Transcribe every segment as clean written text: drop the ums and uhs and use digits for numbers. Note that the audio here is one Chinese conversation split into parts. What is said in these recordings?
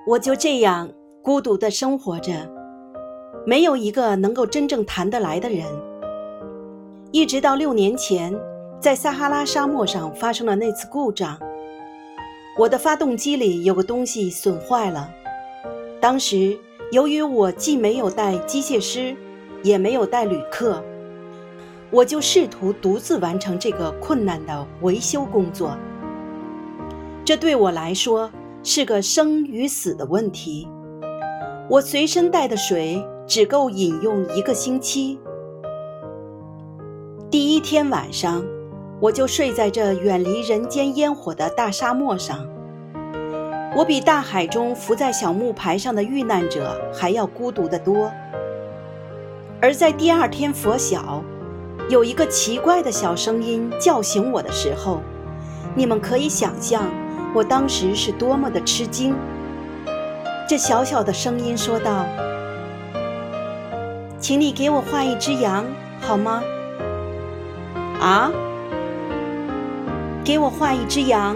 我就这样孤独地生活着，没有一个能够真正谈得来的人。一直到6年前，在撒哈拉沙漠上发生了那次故障，我的发动机里有个东西损坏了。当时由于我既没有带机械师，也没有带旅客，我就试图独自完成这个困难的维修工作。这对我来说是个生与死的问题。我随身带的水只够饮用1个星期。第1天晚上，我就睡在这远离人间烟火的大沙漠上。我比大海中浮在小木牌上的遇难者还要孤独得多。而在第2天拂晓，有一个奇怪的小声音叫醒我的时候，你们可以想象我当时是多么的吃惊。这小小的声音说道：请你给我画1只羊好吗？啊？给我画1只羊。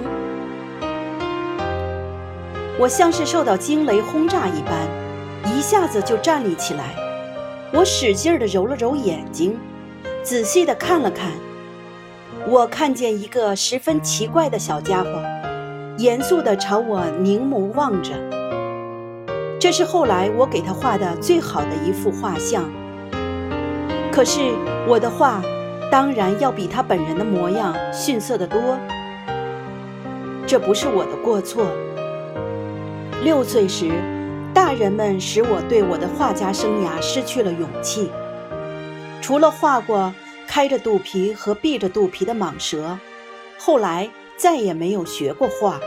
我像是受到惊雷轰炸一般，一下子就站立起来。我使劲地揉了揉眼睛，仔细地看了看。我看见一个十分奇怪的小家伙，严肃地朝我凝眸望着。这是后来我给他画的最好的一幅画像。可是我的画当然要比他本人的模样逊色得多。这不是我的过错。6岁时，大人们使我对我的画家生涯失去了勇气。除了画过开着肚皮和闭着肚皮的蟒蛇，后来再也没有学过画。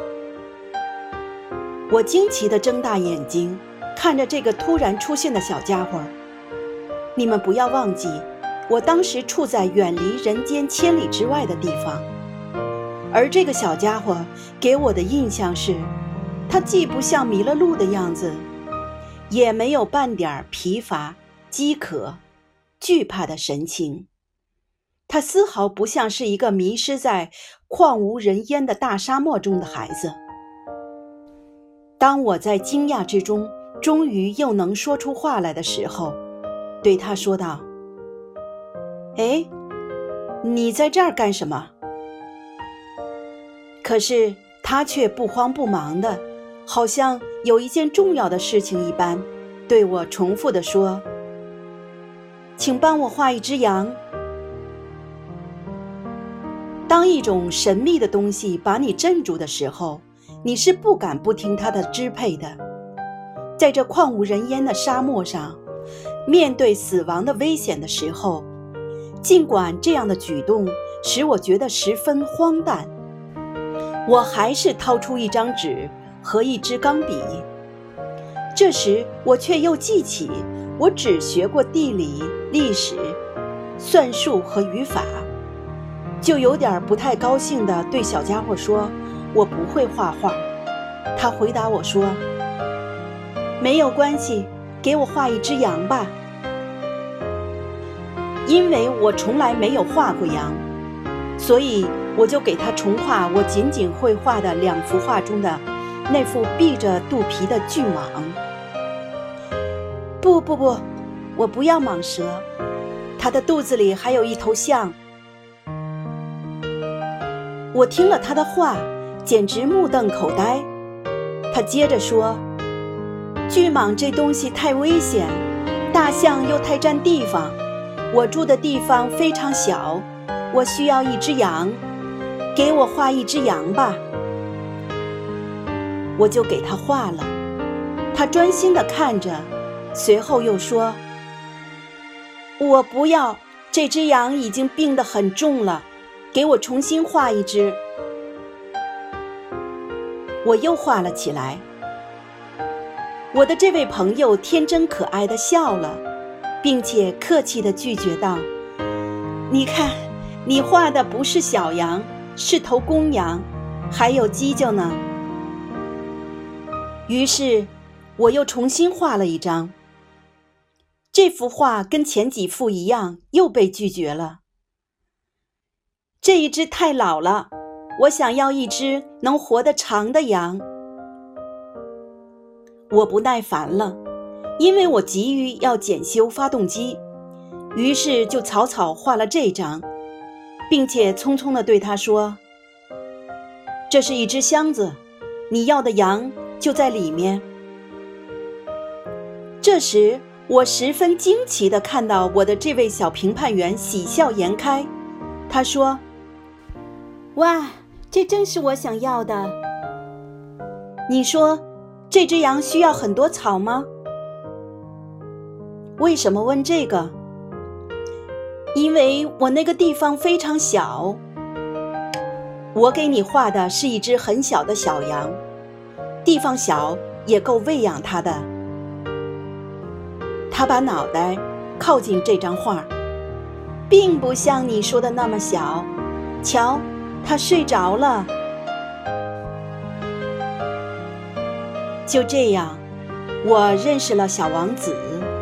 我惊奇地睁大眼睛看着这个突然出现的小家伙。你们不要忘记，我当时处在远离人间千里之外的地方，而这个小家伙给我的印象是，他既不像迷了路的样子，也没有半点疲乏、饥渴、惧怕的神情。他丝毫不像是一个迷失在旷无人烟的大沙漠中的孩子。当我在惊讶之中终于又能说出话来的时候，对他说道：哎，你在这儿干什么？可是他却不慌不忙的，好像有一件重要的事情一般，对我重复地说：请帮我画1只羊。当一种神秘的东西把你镇住的时候，你是不敢不听它的支配的。在这旷无人烟的沙漠上，面对死亡的危险的时候，尽管这样的举动使我觉得十分荒诞，我还是掏出1张纸和1支钢笔。这时我却又记起我只学过地理、历史、算术和语法，就有点不太高兴地对小家伙说：我不会画画。他回答我说：没有关系，给我画1只羊吧。因为我从来没有画过羊，所以我就给他重画我仅仅会画的2幅画中的那副闭着肚皮的巨蟒。不，我不要蟒蛇，它的肚子里还有1头象。我听了他的话，简直目瞪口呆。他接着说：巨蟒这东西太危险，大象又太占地方，我住的地方非常小，我需要1只羊，给我画1只羊吧。我就给他画了。他专心地看着，随后又说：我不要，这只羊已经病得很重了，给我重新画1只。我又画了起来。我的这位朋友天真可爱地笑了，并且客气地拒绝道：你看，你画的不是小羊，是头公羊，还有犄角呢。于是我又重新画了1张。这幅画跟前几幅一样，又被拒绝了。这一只太老了，我想要1只能活得长的羊。 我不耐烦了，因为我急于要检修发动机，于是就草草画了这张，并且匆匆地对他说：这是一只箱子，你要的羊就在里面。这时我十分惊奇地看到我的这位小评判员喜笑颜开，他说：哇，这正是我想要的。你说这只羊需要很多草吗？为什么问这个？因为我那个地方非常小。我给你画的是一只很小的小羊，地方小也够喂养它的。他把脑袋靠近这张画，并不像你说的那么小。瞧，他睡着了。就这样，我认识了小王子。